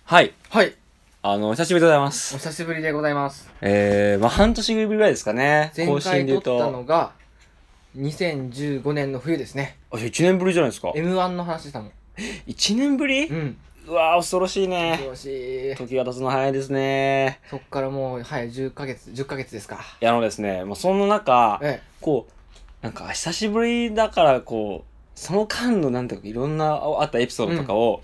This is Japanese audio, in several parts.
はい。 はい。 久しぶりでございまおす。 久しぶりでございます。 半年ぶりぐらいですかね。 前更新回撮ったで言うと。 のが、2015年の冬ですね。 1年ぶりじゃないですか。 M1 の話したもん。 1年ぶり、 うん。 うわー、恐ろしいね。 恐ろしい。 時が経つの早いですね。 そっからもう、はい、10ヶ月ですか。 ですね、そんな中、 えなんか、久しぶりだから、その間の、なんていうか、いろんなあったエピソードとかを、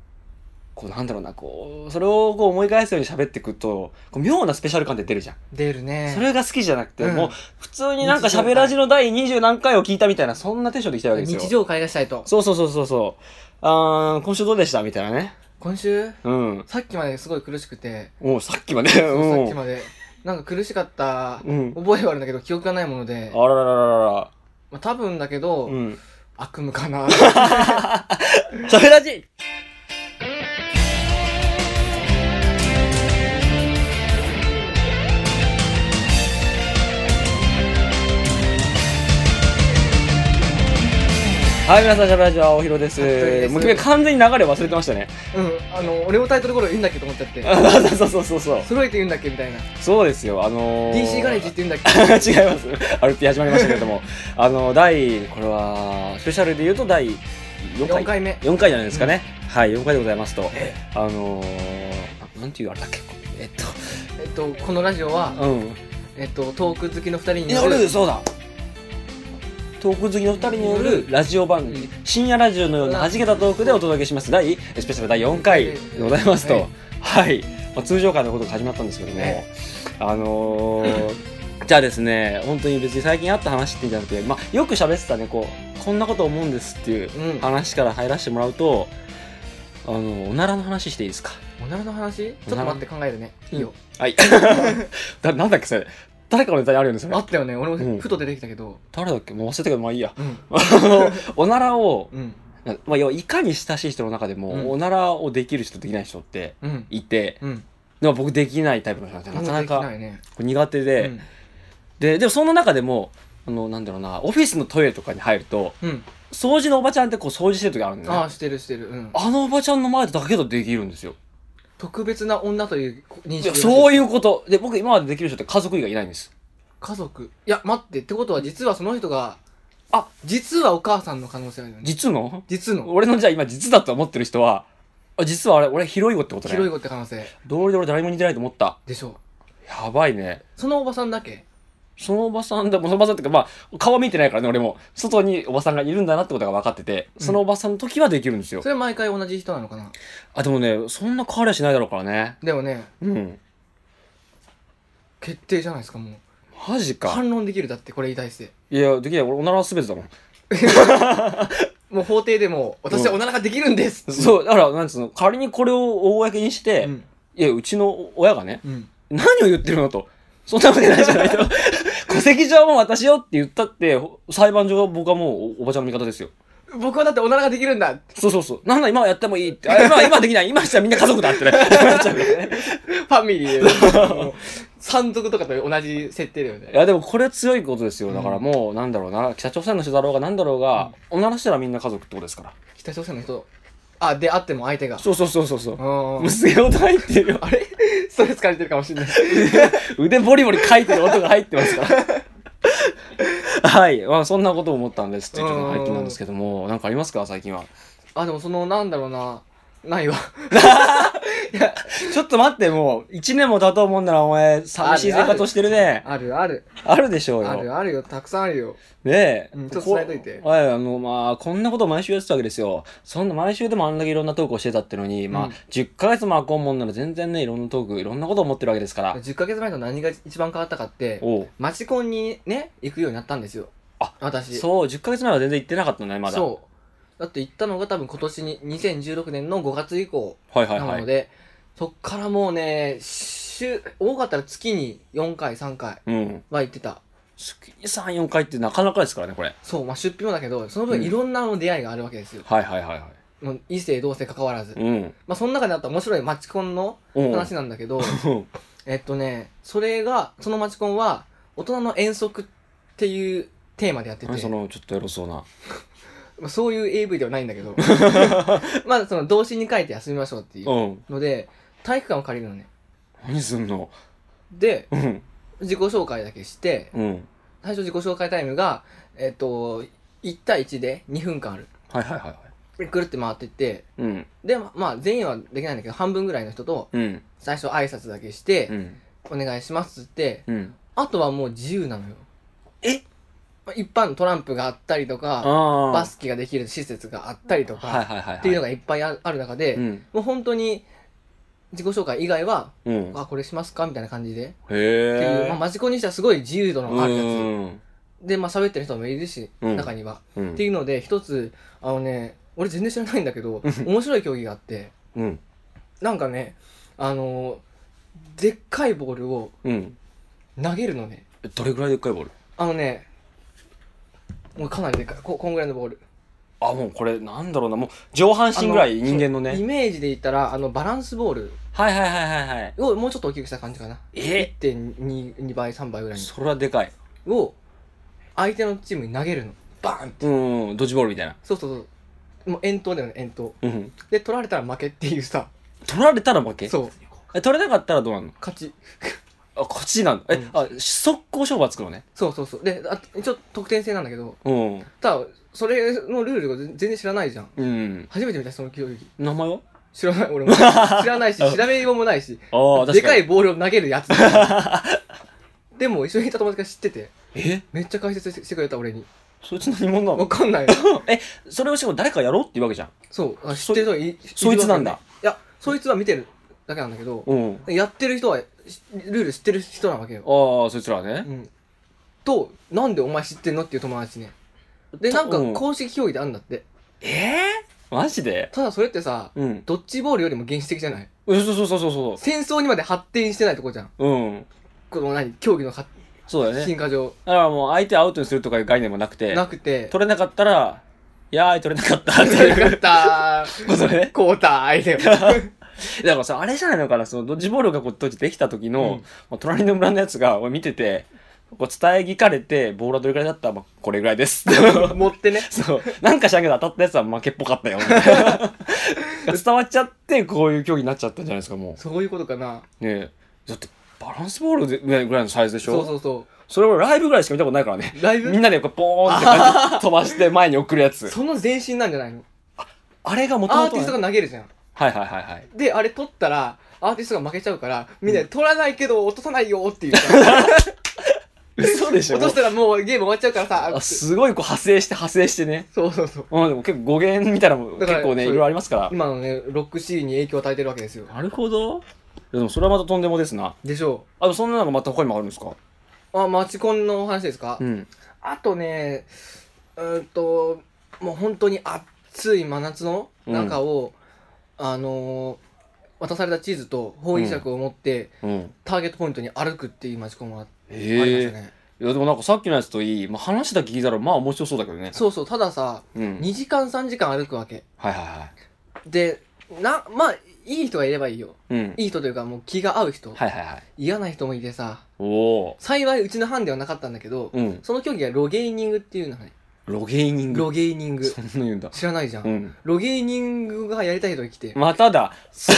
それを思い返すように喋っていくと、妙なスペシャル感って出るじゃん。 出るね。 それが好きじゃなくて、 うんもう、普通になんか喋らじの第20何回を聞いたみたいな、そんなテンションでいきたいわけですよ。 日常会がしたいと。 そう。今週どうでしたみたいなね。 今週うん。 さっきまですごい苦しくて。 もうさっきまで。 さうん。 っきまで。なんか苦しかったうん覚えはあるんだけど、記憶がないもので。 あららららら。 まあ多分だけど、 うん。 悪夢かな。 喋らじはい、皆さん、しゃべらじはおひろです。もう君完全に流れ忘れてましたね。 うん、俺もタイトルコール言うんだっけと思っちゃって。 そう。 揃えて言うんだっけみたいな。 そうですよ、 DC ガレージって言うんだっけ違います。RP 始まりましたけれども、これは、スペシャルで言うと第 4回目。 4回じゃないですかね。はい、4回でございますと。 えなんていうあれだっけこのラジオは、 うん。 トーク好きの2人によ俺る、 そうだトーク好きの2人によるラジオ番組、深夜ラジオのような弾けたトークでお届けしますスペシャル第4回でございますと、はい、通常回のことが始まったんですけども、じゃあですね、本当に別に最近あった話っていうんじゃなくて、よく喋ってたね、こんなこと思うんですっていう話から入らせてもらうと、おならの話していいですか？ おならの話？ちょっと待って考えるね。いいよ。 はい。なんだっけそれ。誰かのネタにあるよね、それ。 あったよね。俺もふと出てきたけど。 誰だっけもう忘れたけど、まあいいや。 うん。 おならを、 うん。 要はいかに親しい人の中でも、おならをできる人できない人っていて、でも僕できないタイプの人なんで、なかなか苦手で、でもその中でも、なんだろうな、オフィスのトイレとかに入ると、掃除のおばちゃんって掃除してる時あるんだよね。 ああ、してる。 あのおばちゃんの前だけだとできるんですよ。 特別な女という認識。 そういうこと。で、僕今までできる人って家族以外いないんです。 家族？いや、待って。ってことは実はその人が、実はお母さんの可能性あるよね。 実の俺のじゃあ今実だと思ってる人は、実は俺広い子ってことね。 広い子って可能性。 道理で俺誰も似てないと思った。 でしょう。やばいね。 そのおばさんだけ？ そのおばさんってか、顔見てないからね、俺も。外におばさんがいるんだなってことが分かってて、そのおばさんの時はできるんですよ。 それは毎回同じ人なのかな？ でもね、そんな変わりはしないだろうからね。 でもね、決定じゃないですか、もう。 マジか。 反論できる、だってこれに対して。 いや、できない。俺、おならは全てだもん。 もう法廷でも、私はおならができるんです、 そう、だから、仮にこれを公にして、いや、うちの親がね、何を言ってるのと。そんなわけないじゃないと。戸籍上も私よって言ったって、裁判上は僕はもうおばちゃんの味方ですよ。 僕はだっておならができるんだ。 そう。なんだ今はやってもいいって。今できない。今したらみんな家族だってね。ファミリーで。山賊とかと同じ設定だよね。 いやでもこれ強いことですよ。だからもう、なんだろうな。北朝鮮の人だろうがなんだろうが、おならしたらみんな家族ってことですから。 北朝鮮の人。であっても相手が。 そう。娘音入ってるよ。 あれストレス感じてるかもしれない。 腕ボリボリ書いてる音が入ってますから。はい。そんなことを思ったんですっていう最近なんですけども、なんかありますか最近は。 でもなんだろうな。ないわ。 いや、ちょっと待って、もう、1年も経とうもんならお前、寂しい生活をしてるね。 ある。 あるでしょうよ。 あるよ。たくさんあるよ。 ねえ。 ちょっと伝えといて。 こんなことを毎週やってたわけですよ。そんな毎週でもあんだけいろんなトークをしてたってのに、10ヶ月も空こんもんなら全然ね、いろんなトーク、いろんなことを思ってるわけですから。 10ヶ月前と何が一番変わったかって、マチコンにね、行くようになったんですよ。私。 そう、10ヶ月前は全然行ってなかったね、まだ。 そう。だって行ったのが多分今年に2016年の5月以降なので、そっからもうね、多かったら月に4回、3回は行ってた。 月に3、4回ってなかなかですからね、これ。 そう、出費もだけど、その分いろんな出会いがあるわけですよ。もう異性同性関わらず。その中であった面白いマチコンの話なんだけど、それが、そのマチコンは、大人の遠足っていうテーマでやってて。 ちょっとエロそうな。 そういう AV ではないんだけど。まあ、その、童心に書いて休みましょうっていうので、体育館を借りるのね。 何すんの？ で、自己紹介だけして、最初自己紹介タイムが、1対1で2分間ある。 はいはいはいはい。 で、くるって回ってって、で、まあ、全員はできないんだけど、半分ぐらいの人と、最初挨拶だけして、お願いしますって、あとはもう自由なのよ。一般トランプがあったりとか、バスケができる施設があったりとか、っていうのがいっぱいある中で、もう本当に自己紹介以外は、あ、これしますかみたいな感じで。っていう、まあ、マジコンにしてはすごい自由度のあるやつ。で、まあ、喋ってる人もいるし、中には。っていうので、一つ、俺全然知らないんだけど、面白い競技があって、なんかね、でっかいボールを投げるのね。 どれぐらいでっかいボール？ もうかなりでかい。こんぐらいのボール。 あ、もうこれなんだろうな、もう上半身ぐらい人間のね。 イメージで言ったら、バランスボール。 はいはいはいはいはい。 をもうちょっと大きくした感じかな。1.2 倍、3倍ぐらいに。 それはでかい。 を、相手のチームに投げるの。バーンって。 ドッジボールみたいな。 そうそうそう。もう遠投だよね、遠投。で、取られたら負けっていうさ。 取られたら負け？ そう。 取れなかったらどうなの？ 勝ち。 あ、勝ちなんだ。速攻勝負はつくのね。 そうそうそう。で、一応得点制なんだけど、ただ、それのルールが全然知らないじゃん。初めて見たその競技。 名前は？ 知らない、俺も。知らないし、調べようもないし、でかいボールを投げるやつ。でも、一緒にいた友達が知ってて、めっちゃ解説してくれた、俺に。 そいつ何者なの？ わかんない。 それをしかも誰かやろうって言うわけじゃん。 そう、知ってる人そいつなんだ。 いや、そいつは見てるだけなんだけど、やってる人は、ルール知ってる人なわけよ。 ああ、そいつらはね。 と、なんでお前知ってんのっていう友達ね。で、なんか公式競技であるんだって。 マジで？ ただそれってさ、ドッジボールよりも原始的じゃない？ そう。 戦争にまで発展してないとこじゃん。この競技のそうだね。 進化上。 だからもう相手をアウトにするとかいう概念もなくて。 取れなかったら、取れなかった。 取れなかったー。 それ交代だよ。 だからさ、あれじゃないのかな、そのドッジボールがこう当時できた時の、隣の村のやつが俺見てて、こう伝え聞かれて、ボールはどれくらいだったら、これぐらいです。 持ってね。 そう。なんかしらんけど当たったやつは負けっぽかったよ。伝わっちゃって、こういう競技になっちゃったんじゃないですか、もう。 そういうことかな。 ねえ。だって、バランスボールぐらいのサイズでしょ？ そう。 それ俺ライブぐらいしか見たことないからね。 ライブ？ みんなでこうポーンって感じ飛ばして前に送るやつ。 その前身なんじゃないの？ あれが元々 アーティストが投げるじゃん。 はい。 で、あれ取ったら、アーティストが負けちゃうから、みんなで取らないけど落とさないよっていう。 嘘でしょ？ 落としたらもうゲーム終わっちゃうからさ。 すごいこう派生してね。 そう。 でも結構語源みたいなのも結構ね、いろいろありますから。 今のね、ロックシーンに影響を与えてるわけですよ。 なるほど。でもそれはまたとんでもですな。 でしょう。そんなのがまた他にもあるんですか？ マチコンの話ですか？あとね、もう本当に暑い真夏の中を、渡された地図と方位磁石を持って、ターゲットポイントに歩くっていうマチコンがありましたね。 いやでもなんかさっきのやつといい、話だけ聞いたらまあ面白そうだけどね。 そう、たださ、2時間3時間歩くわけ。で、まあ、いい人がいればいいよ。いい人というかもう気が合う人。嫌な人もいてさ、幸いうちの班ではなかったんだけど、その競技はロゲーニングっていうのね。 ロゲーニング。そんな言うんだ。 知らないじゃん。ロゲーニングがやりたい人が来て。 まただ。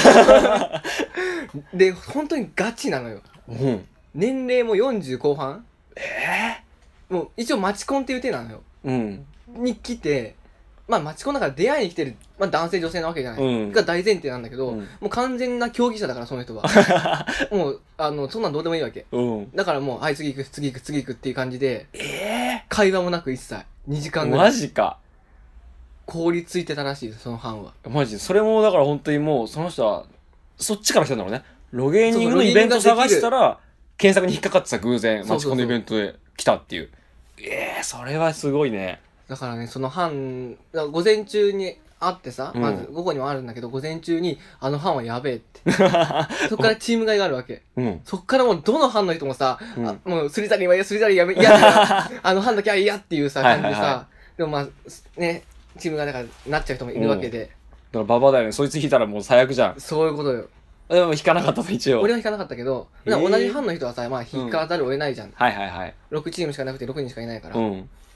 で、本当にガチなのよ。年齢も40後半。もう一応マチコンっていう手なのよ。に来て、マチコンだから出会いに来てる、男性女性なわけじゃない。が大前提なんだけど、もう完全な競技者だからその人は。もう、そんなんどうでもいいわけ。だからもう、はい、次行くっていう感じで、会話もなく一切。2時間ぐらい。 マジか。 凍りついてたらしいです、その班は。 マジで。それもだから本当にもう、その人は、そっちから来たんだろうね。ロゲーニングのイベント探したら、検索に引っかかってた偶然、マチコンのイベントで来たっていう。それはすごいね。 だからね、その班、午前中に会ってさ、まず午後にもあるんだけど、午前中に、班はやべえって。そっからチーム外があるわけ。そっからもうどの班の人もさ、もうスリザリンは嫌だ、班だけは嫌っていうさ、感じでさ、でもね、チーム外だからなっちゃう人もいるわけで。 だからババだよね。そいつ引いたらもう最悪じゃん。 そういうことよ。 でも引かなかったと一応。 俺は引かなかったけど、同じ班の人はさ、引かざるを得ないじゃん。6チームしかなくて6人しかいないから。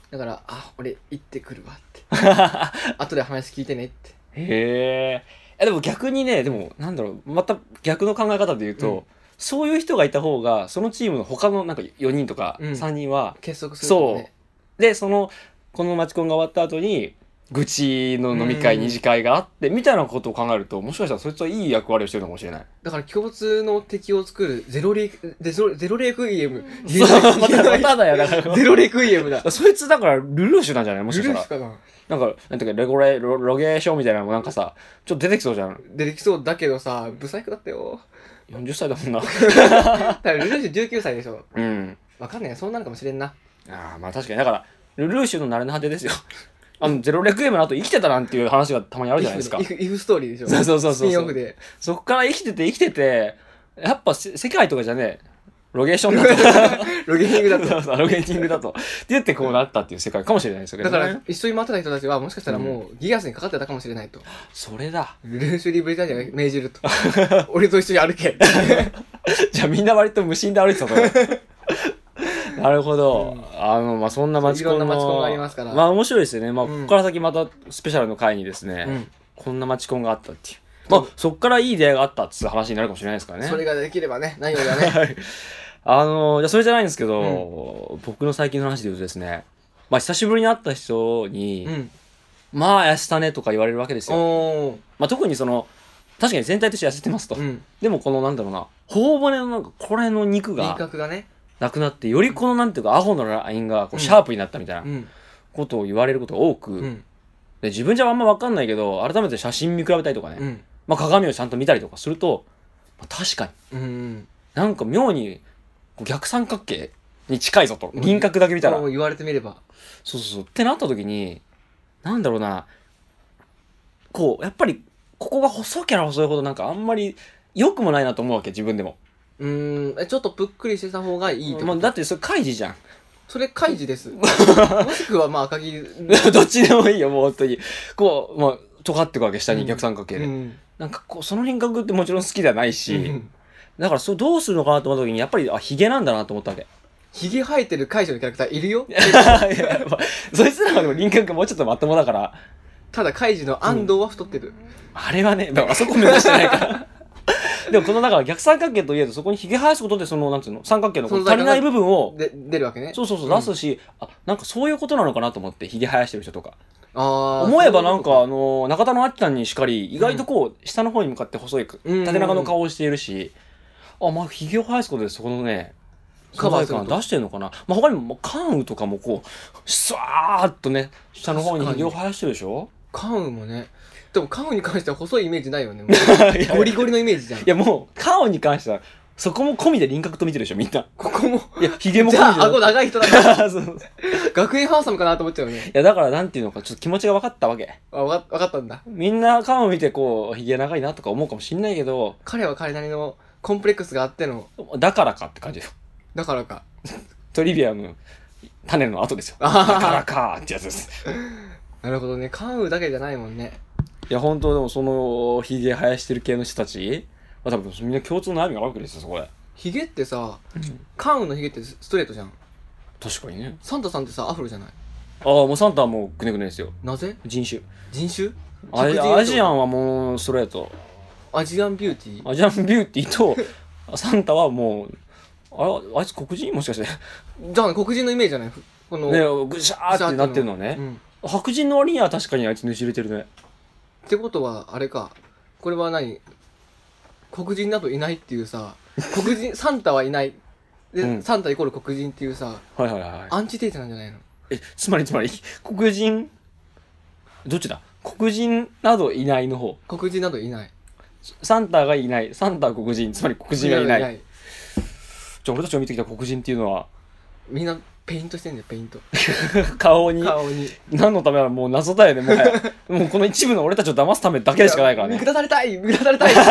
だから俺行ってくるわって後で話聞いてねって。 へえ。でも逆にね、でもなんだろう、また逆の考え方で言うと、そういう人がいた方がそのチームの他のなんか4人とか3人は、 結束するとね。 そうでこのマチコンが終わった後に愚痴の飲み会、二次会があってみたいなことを考えると、もしかしたらそいつはいい役割をしてるのかもしれない。 だから共通の敵を作るゼロレクイエム。 まただよ、だから。 ゼロレクイエムだ。 そいつだからルルーシュなんじゃないもしかしたら。 ルルーシュかな。 なんか、なんていうか、ロゲーションみたいなのもなんかさ、ちょっと出てきそうじゃん。 出てきそうだけどさ、ブサイクだったよ。 40歳だもんな。 だからルルーシュ19歳でしょ。 うん。 わかんない。そうなるかもしれんな。 ああ、まあ確かに。だから、ルルーシュの慣れの果てですよ。ゼロレクイエムの後生きてたなんていう話がたまにあるじゃないですか。 イフストーリーでしょ。 そう。 スピンオフで。 そこから生きてて、やっぱ世界とかじゃね、ロゲーションだと。 ロゲーニングだと。 そう、ロゲーニングだと。って言ってこうなったっていう世界かもしれないですよね。 だから一緒に回ってた人たちはもしかしたらもうギガスにかかってたかもしれないと。 それだ。 ルルーシュリーブリタニアが命じると。俺と一緒に歩け。 じゃあみんな割と無心で歩いてたと。なるほど。まあ、そんなマチコンの。いろんなマチコンがありますから。まあ、面白いですよね。まあ、ここから先またスペシャルの回にですね、こんなマチコンがあったっていう。まあ、そっからいい出会いがあったっていう話になるかもしれないですからね。 それができればね、何よりだね。 はい。じゃあそれじゃないんですけど、僕の最近の話で言うとですね、まあ、久しぶりに会った人に、まあ、痩せたねとか言われるわけですよ。まあ、特に確かに全体として痩せてますと。でも、なんだろうな、頬骨のなんか、これの肉が、 輪郭がね、 なくなって、よりなんていうか、アホのラインがシャープになったみたいなことを言われることが多く、で自分じゃあんま分かんないけど、改めて写真見比べたりとかね、まあ鏡をちゃんと見たりとかすると、まあ、確かに、なんか妙に逆三角形に近いぞと、輪郭だけ見たら。 言われてみれば。 そう。ってなった時に、なんだろうな、やっぱり、ここが細ければ細いほどなんかあんまり良くもないなと思うわけ、自分でも。 ちょっとぷっくりしてた方がいいってこと。 まあ、だってそれ開示じゃん。 それ開示です。もしくはまあ赤木。 どっちでもいいよ、もう本当に。まあ、尖っていくわけ、下に逆三角形で。なんかその輪郭ってもちろん好きではないし、だからどうするのかなと思った時に、やっぱり、ヒゲなんだなと思ったわけ。 ヒゲ生えてる解除のキャラクターいるよ。 そいつらはでも輪郭がもうちょっとまともだから。 ただカイジの安藤は太ってる。 あれはね、あそこ目指してないから。でもだから逆三角形といえど、そこにヒゲ生やすことでなんていうの、三角形の足りない部分を出るわけね。 そう、出すし、なんかそういうことなのかなと思って、ヒゲ生やしてる人とか。思えばなんか中田のあっちゃんにしかり、意外と下の方に向かって細い、縦長の顔をしているし、まあヒゲを生やすことでそこのね、存在感出してるのかな。まあ他にも、関羽とかもスワーっとね、下の方にヒゲを生やしてるでしょ。 関羽もね。でも関羽に関しては細いイメージないよね。ゴリゴリのイメージじゃん。 いやもう、関羽に関しては、そこも込みで輪郭と見てるでしょ、みんな。 ここも。 いや、ヒゲも込みで。 じゃあ、顎長い人だから。学園ハンサムかなと思っちゃうよね。 いや、だからなんていうのか、ちょっと気持ちが分かったわけ。 分かったんだ。 みんな関羽見てヒゲ長いなとか思うかもしんないけど。 彼は彼なりのコンプレックスがあっての。 だからかって感じよ。 だからか。 トリビアの種の後ですよ。だからかってやつです。 なるほどね。関羽だけじゃないもんね。 いや、本当でもヒゲ生やしてる系の人たち多分みんな共通の悩みがあるわけですよ、そこで。 ヒゲってさ、関羽のヒゲってストレートじゃん。 確かにね。 サンタさんってさ、アフロじゃない？ もうサンタはもうくねくねですよ。 なぜ？ 人種アジアンはもうストレート。 アジアンビューティー？ アジアンビューティーと、サンタはもう、あいつ黒人もしかして。 じゃあ黒人のイメージじゃない？この。 ね、ぐしゃーってなってるのね。白人の割には確かにあいつねじれてるね。 ってことは、あれか。これは黒人などいないっていうさ、サンタはいない。で、サンタイコール黒人っていうさ、アンチテーゼなんじゃないの？ つまり、黒人、どっちだ？黒人などいないの方。 黒人などいない。 サンタがいない。サンタは黒人。つまり黒人がいない。じゃあ俺たちが見てきた黒人っていうのはみんなペイントしてんだよ、ペイント。 顔に。何のためならもう謎だよね、もはや。もうこの一部の俺たちを騙すためだけでしかないからね。 見下されたいだ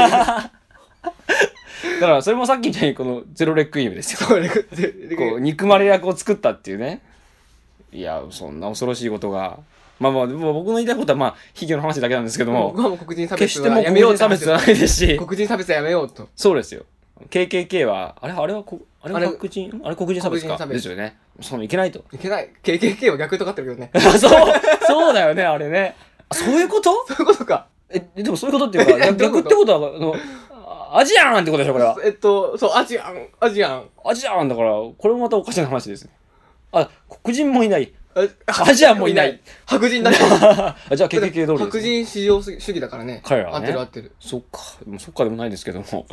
からそれもさっきみたいにこのゼロレックイームですよ。憎まれ役を作ったっていうね。いや、そんな恐ろしいことが。まあ僕の言いたいことはヒゲの話だけなんですけども。 僕はもう黒人差別決してもう黒人差別じゃないですし。 黒人差別はやめようと。 そうですよ。 KKK は、あれは黒人差別か。ですよね。そのいけないと。 いけない。KKK は逆とかってるけどね。 そうだよね、あれね。そういうことそういうことか。 でもそういうことっていうか、逆ってことは、アジアンってことでしょ、これは。 そう、アジアンだから、これもまたおかしな話ですね。黒人もいない。アジアンもいない。 白人だね。 じゃあ KKK 通りです、ね。 白人至上主義だからね。 彼らはね。 合ってる。 そっかでもないですけども。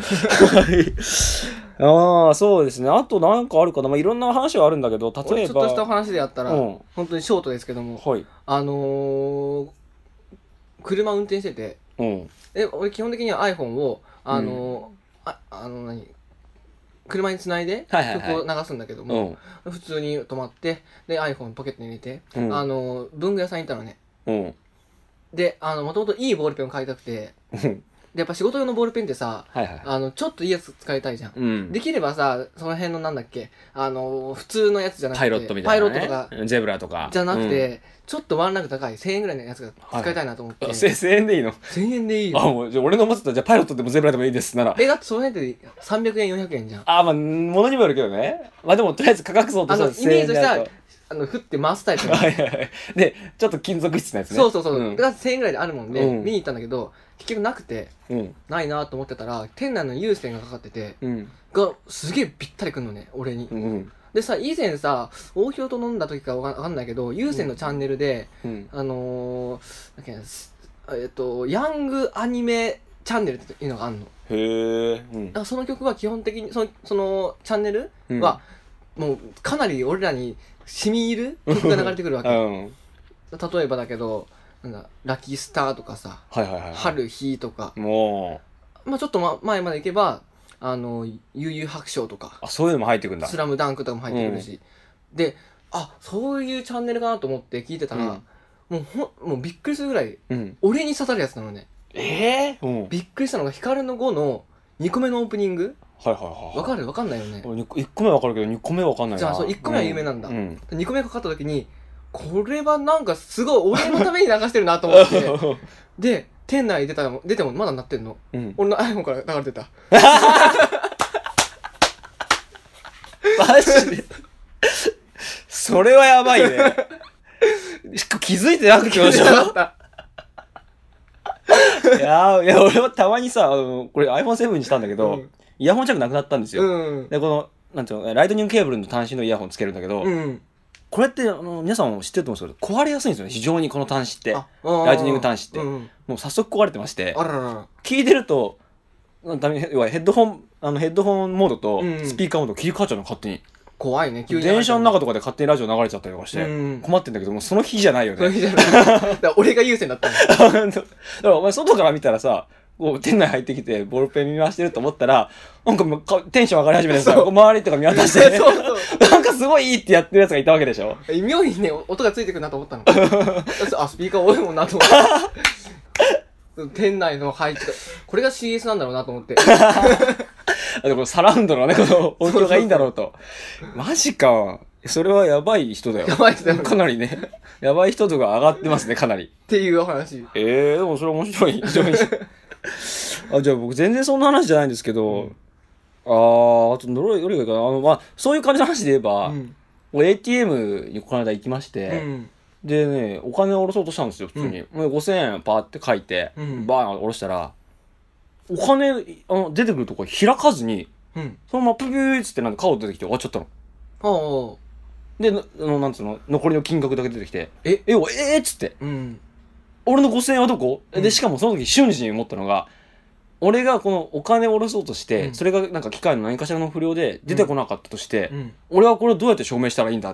そうですね。あとなんかあるかな。まあ、いろんな話はあるんだけど、例えば。 ちょっとした話でやったら、本当にショートですけども、はい。車運転してて、俺基本的には iPhone を、車につないで曲を流すんだけども、普通に止まってで iPhone ポケットに入れて、文具屋さんに行ったのね、でもともといいボールペンを買いたくてでやっぱ仕事用のボールペンってさ、ちょっといいやつ使いたいじゃん、できればさその辺のなんだっけ普通のやつじゃなくてパイロットみたいな、ね、 パイロットとかゼブラとかじゃなくて、ちょっとワンランク高い1000円ぐらいのやつが使いたいなと思って、 1000円でいいの ？1000円でいいよ。 もうじゃあ俺の思ってたじゃあパイロットでもゼブラでもいいですならだってその辺って300円400円じゃん。 まあ物にもよるけどね。まあでもとりあえず価格層としてはイメージとしては振って回すタイプでちょっと金属質のやつね。 そう、だから1000円ぐらいであるもんで、見に行ったんだけど結局なくて、ないなと思ってたら店内の有線がかかってて、がすげえぴったりくんのね俺に、でさ以前さ大広と飲んだ時かわかんないけど有線のチャンネルで、ヤングアニメチャンネルっていうのがあるの。 へえ、 その曲は基本的にそのチャンネルは、もうかなり俺らに染み入る曲が流れてくるわけ、例えばだけどなんだラキスターとかさ、春日とか、もうちょっと、前まで行けば悠々白書とか、 そういうのも入ってくるんだ。 スラムダンクとかも入ってくるし、でそういうチャンネルかなと思って聞いてたら、もうびっくりするぐらい、俺に刺さるやつなのね。びっくりしたのがヒカルの5の2個目のオープニング。わかる？わかんないよね。 1個目はわかるけど2個目はわかんないな。 じゃあ1個目は有名なんだ、2個目かかった時にこれはなんかすごい俺のために流してるなと思ってで店内出てもまだ鳴ってんの、俺の iPhone から流れてたマジでそれはやばいね気づいてなくてもしょいや俺はたまにさこれ iPhone7 にしたんだけど、イヤホンジャックなくなったんですよ、でこのなんていうのライトニングケーブルの端子のイヤホンつけるんだけど、これって皆さんも知ってると思うんですけど壊れやすいんですよね、非常にこの端子ってライトニング端子って、もう早速壊れてまして、聞いてるとヘッドホンモードとスピーカーモード切り替わっちゃうの勝手に。怖いね。急に電車の中とかで勝手にラジオ流れちゃったりとかして困ってんだけども、その日じゃないよね。その日じゃないだから俺が優先だったんだだからお前外から見たらさこう店内入ってきてボールペン見回してると思ったらなんかテンション上がり始めてさ周りとか見渡してなんかすごいいいってやってるやつがいたわけでしょ。 妙にね音がついてくるなと思ったのスピーカー多いもんなと思って店内の入ってこれが CS なんだろうなと思ってでもサラウンドのねこの音響がいいんだろうとマジか、それはやばい人だよ。やばい人だよかなりねやばい人とか上がってますねかなりっていう話。 でもそれ面白い非常にじゃあ僕全然そんな話じゃないんですけど、あとどれがいいかな、そういう感じの話で言えば、俺 ATM にこの間行きまして、でねお金を下ろそうとしたんですよ普通に、5000円パーって書いて、バーン下ろしたらお金出てくるとこ開かずに、そのままプピューっつってなんかカード出てきて終わっちゃったの。でなんつうの残りの金額だけ出てきてっつって、俺の5000円はどこ、でしかもその時瞬時に思ったのが俺がこのお金を下ろそうとして、それがなんか機械の何かしらの不良で出てこなかったとして、俺はこれをどうやって証明したらいいんだ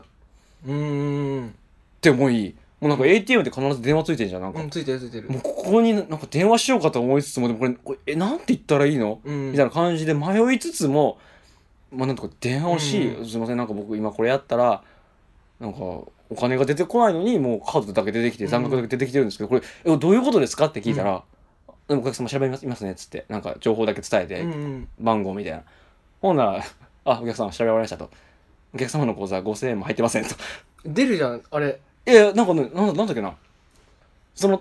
って思い、もうなんか ATM って必ず電話ついてるじゃん、なんか。 ついてる。 もうここになんか電話しようかと思いつつも、でもこれなんて言ったらいいの、みたいな感じで迷いつつも、なんとか電話をし、すいません、なんか僕今これやったら、なんかお金が出てこないのに、もうカードだけ出てきて、残額だけ出てきてるんですけど、これ、どういうことですかって聞いたら、でもお客様調べますね、つって、なんか情報だけ伝えて、番号みたいな。ほんなら、お客様調べ終わりましたと。お客様の口座5000円も入ってませんと。 出るじゃん、あれ。 なんかね、なんだっけな。その、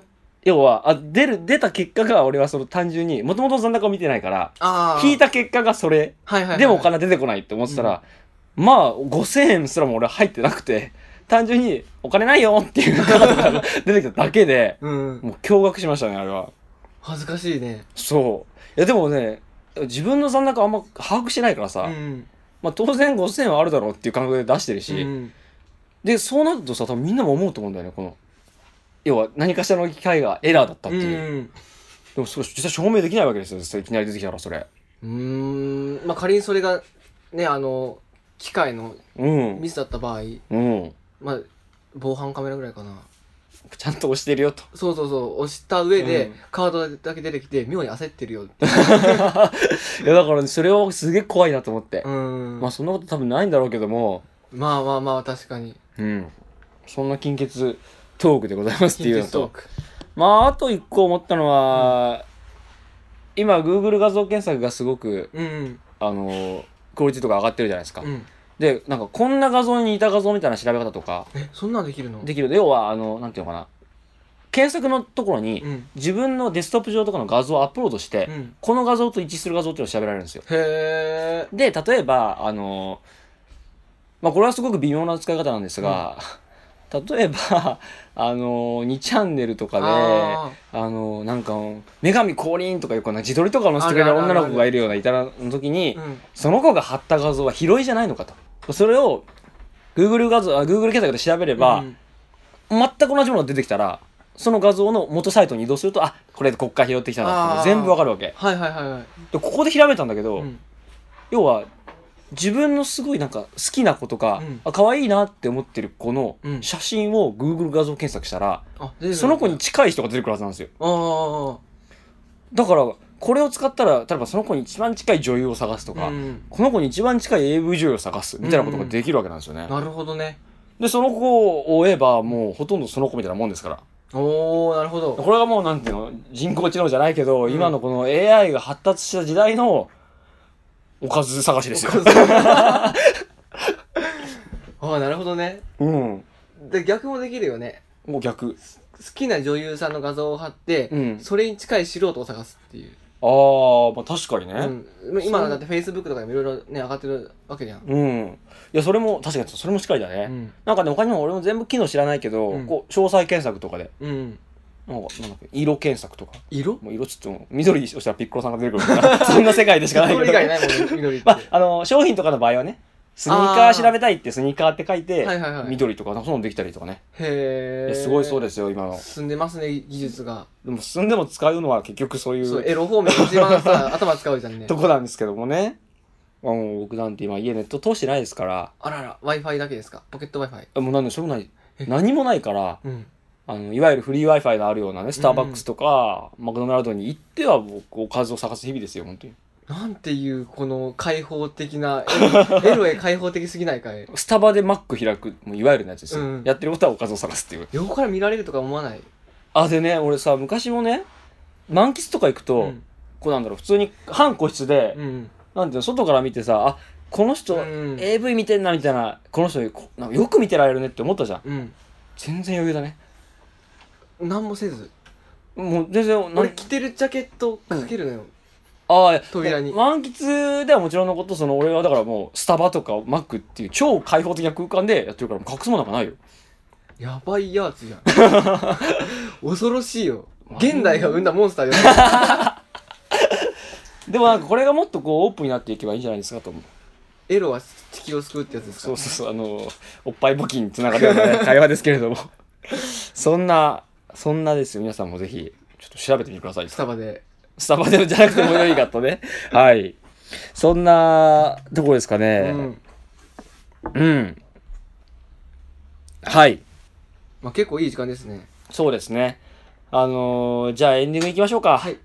要は出た結果が俺はその単純にもともと残高を見てないから引いた結果がそれ、でもお金出てこないって思ってたら、まあ5000円すらも俺は入ってなくて、単純にお金ないよっていうカードが出てきただけで、もう驚愕しましたね、あれは。 恥ずかしいね。 そう。いやでもね、自分の残高あんま把握してないからさ、まあ当然5000円はあるだろうっていう感覚で出してるし、で、そうなるとさ、多分みんなも思うと思うんだよね、この。要は何かしらの機械がエラーだったっていう。でもそれ実際証明できないわけですよ、いきなり出てきたらそれ。 まあ仮にそれが、ね、機械のミスだった場合、まあ、防犯カメラぐらいかな。 ちゃんと押してるよと。 そうそうそう、押した上で、カードだけ出てきて、妙に焦ってるよって。いや、だからね、それはすげえ怖いなと思って。まあ、そんなこと多分ないんだろうけども。 まあまあまあ、確かに。 そんな金欠トークでございますっていうのと。まあ、あと一個思ったのは、今、Google 画像検索がすごく、クオリティとか上がってるじゃないですか。で、なんかこんな画像に似た画像みたいな調べ方とか。 そんなんできるの？ できる。要は、なんていうのかな。検索のところに、自分のデスクトップ上とかの画像をアップロードして、この画像と一致する画像っていうのを調べられるんですよ。で、例えば、まあこれはすごく微妙な使い方なんですが、例えば、2チャンネルとかで、なんか、女神降臨とかいうこうな自撮りとかを載せてくれる女の子がいるようないたらの時に、その子が貼った画像は拾いじゃないのかと。それを Google 検索で調べれば、全く同じものが出てきたら、その画像の元サイトに移動すると、これでこっから拾ってきたなって全部わかるわけ。で、ここで調べたんだけど、要は、自分のすごいなんか好きな子とか、可愛いなって思ってる子の写真を Google 画像検索したら、その子に近い人が出てくるはずなんですよ。だから、これを使ったら、例えばその子に一番近い女優を探すとか、この子に一番近い AV 女優を探すみたいなことができるわけなんですよね。 なるほどね。 で、その子を追えばもうほとんどその子みたいなもんですから。 なるほど。 これがもうなんていうの、人工知能じゃないけど、今のこの AI が発達した時代のおかず探しですよ。 なるほどね。で、逆もできるよね。 もう逆。 好きな女優さんの画像を貼って、それに近い素人を探すっていう。 まあ確かにね。 今だって Facebook とかでもいろいろね、上がってるわけじゃん。 いや、それも、確かにそれもしっかりだね。なんかね、他にも俺も全部機能知らないけど、こう、詳細検索とかで。なんだっけ、色検索とか。もう色つっても、緑押したらピッコロさんが出てくるみたいな、そんな世界でしかないけど。 それ以外ないもんね、緑って。 まあ、商品とかの場合はね、スニーカー調べたいってスニーカーって書いて、緑とか、そんなのできたりとかね。すごいそうですよ、今の。 進んでますね、技術が。 でも進んでも使うのは結局そういう。そう、 エロ方面一番さ、頭使うじゃんね。 とこなんですけどもね。僕なんて今家ネット通してないですから。 あらら、Wi-Fi だけですか？ポケット Wi-Fi？ もうなんで、それもない。何もないから、いわゆるフリー Wi-Fi のあるようなね、スターバックスとか、マクドナルドに行っては、おかずを探す日々ですよ、本当に。 なんていう、この開放的な、エロへ開放的すぎないかい。 スタバで Mac 開く、もういわゆるのやつですよ。やってることはおかずを探すっていう。 横から見られるとか思わない？ でね、俺さ、昔もね、満喫とか行くと、こうなんだろう、普通に半個室で、なんていうの、外から見てさ、この人、AV 見てんな、みたいな、この人、よく見てられるねって思ったじゃん。全然余裕だね。 何もせず。 もう全然、 俺着てるジャケットかけるのよ。扉に。 満喫ではもちろんのこと、俺はだからもう、スタバとかマックっていう超開放的な空間でやってるから、隠すものなんかないよ。 やばいやつじゃん。恐ろしいよ。現代が生んだモンスターだよ。 でもなんかこれがもっとこうオープンになっていけばいいんじゃないですかと思う。 エロは地球を救うってやつですか？ そう、おっぱい募金につながるような、ね、会話ですけれども。そんなですよ。皆さんもぜひ、ちょっと調べてみてください。 スタバでじゃなくてもよいかとね。はい。そんなところですかね。はい。 まあ結構いい時間ですね。 そうですね。じゃあエンディングいきましょうか。 はい。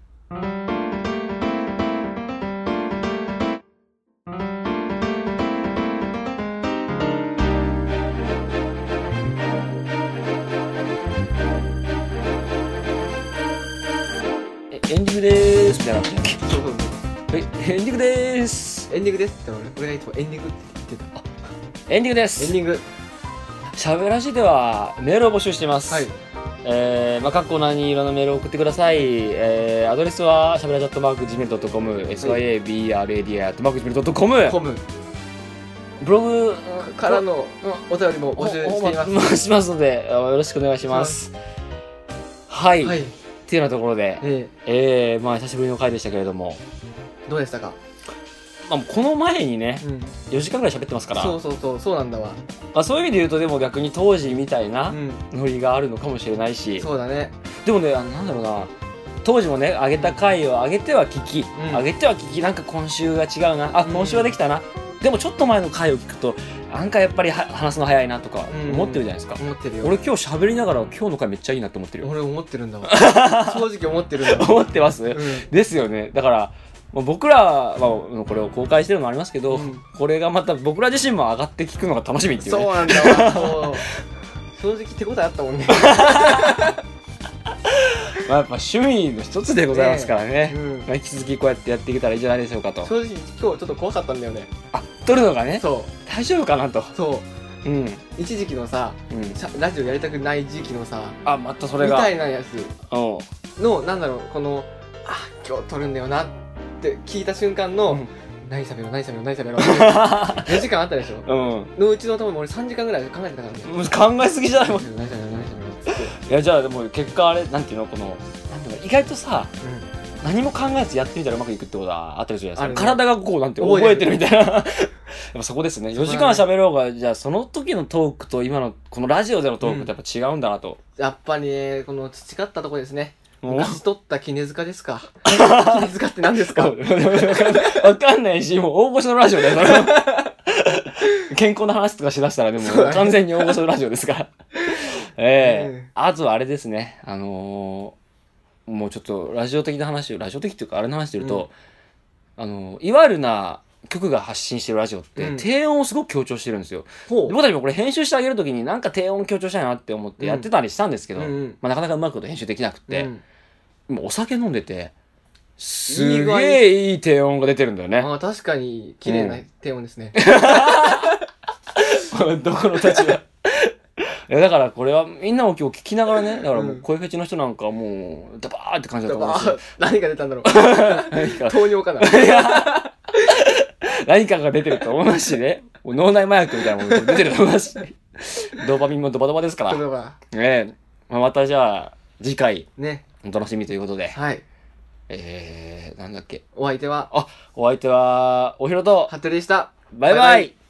エンディングでーすみたいな。エンディングでーす。 エンディングですって俺がいつもエンディングって言ってた。 エンディングです。 エンディング。 しゃべらしではメールを募集しています。 はい。 まあ、各コーナーにいろんなメールを送ってください。アドレスはしゃべらじ@gmail.com、syabradi@gmail.com。ブログからのお便りも募集しています。 しますので、よろしくお願いします。はい。っていうようなところで、まあ、久しぶりの回でしたけれども。 どうでしたか？ まあ、この前にね、4時間ぐらい喋ってますから。 そうなんだわ。 まあ、そういう意味で言うと、でも逆に当時みたいなノリがあるのかもしれないし。 そうだね。 でもね、なんだろうな。当時もね、上げた回を上げては聞き、上げては聞き、なんか今週が違うな。あ、今週はできたな。でもちょっと前の回を聞くと、なんかやっぱり話すの早いなとか思ってるじゃないですか。 思ってるよ。 俺今日喋りながら今日の回めっちゃいいなって思ってるよ。 俺思ってるんだわ。正直思ってるんだわ。 思ってます、ですよね。だから、僕らはこれを公開してるのもありますけど、これがまた僕ら自身も上がって聞くのが楽しみっていうね。 そうなんだわ。正直手応えあったもんね。 まあやっぱ趣味の一つでございますからね。引き続きこうやってやっていけたらいいんじゃないでしょうかと。 正直今日ちょっと怖かったんだよね。 あ、撮るのがね。 そう。 大丈夫かなと。 そう。一時期のさ、ラジオやりたくない時期のさ、 あ、またそれが。 みたいなやつの、なんだろう、この、今日撮るんだよなって聞いた瞬間の、何喋ろう4時間あったでしょ。のうちの多分俺3時間ぐらい考えてたからね。 考えすぎじゃないもん。 何喋ろういや、じゃあでも結果あれ、なんていうの、この、意外とさ、何も考えずやってみたらうまくいくってことはあったりするじゃないですか。体がこうなんて覚えてるみたいな。やっぱそこですね。4時間喋ろうが、じゃあその時のトークと今のこのラジオでのトークってやっぱ違うんだなと。 やっぱりね、この培ったとこですね。昔取った絹塚ですか。絹塚って何ですか？ わかんないし、もう大御所のラジオだよ。健康の話とかしだしたらでも完全に大御所のラジオですから。あとはあれですね。もうちょっとラジオ的っていうかあれの話で言うと、いわゆるな局が発信してるラジオって、低音をすごく強調してるんですよ。僕たちもこれ編集してあげるときになんか低音強調したいなって思ってやってたりしたんですけど、なかなかうまく編集できなくて、お酒飲んでて、すげえいい低音が出てるんだよね。 確かに綺麗な低音ですね。 どこの立場だからこれはみんなも今日聞きながらね、だからもう声フェチの人なんかもうダバーって感じだと思うし。 何が出たんだろう。糖尿かな。 何かが出てると思いますしね。脳内麻薬みたいなものが出てると思いますし。ドーパミンもドバドバですから。またじゃあ次回お楽しみということで。なんだっけ。 お相手はおひろと服部でした。 バイバイ。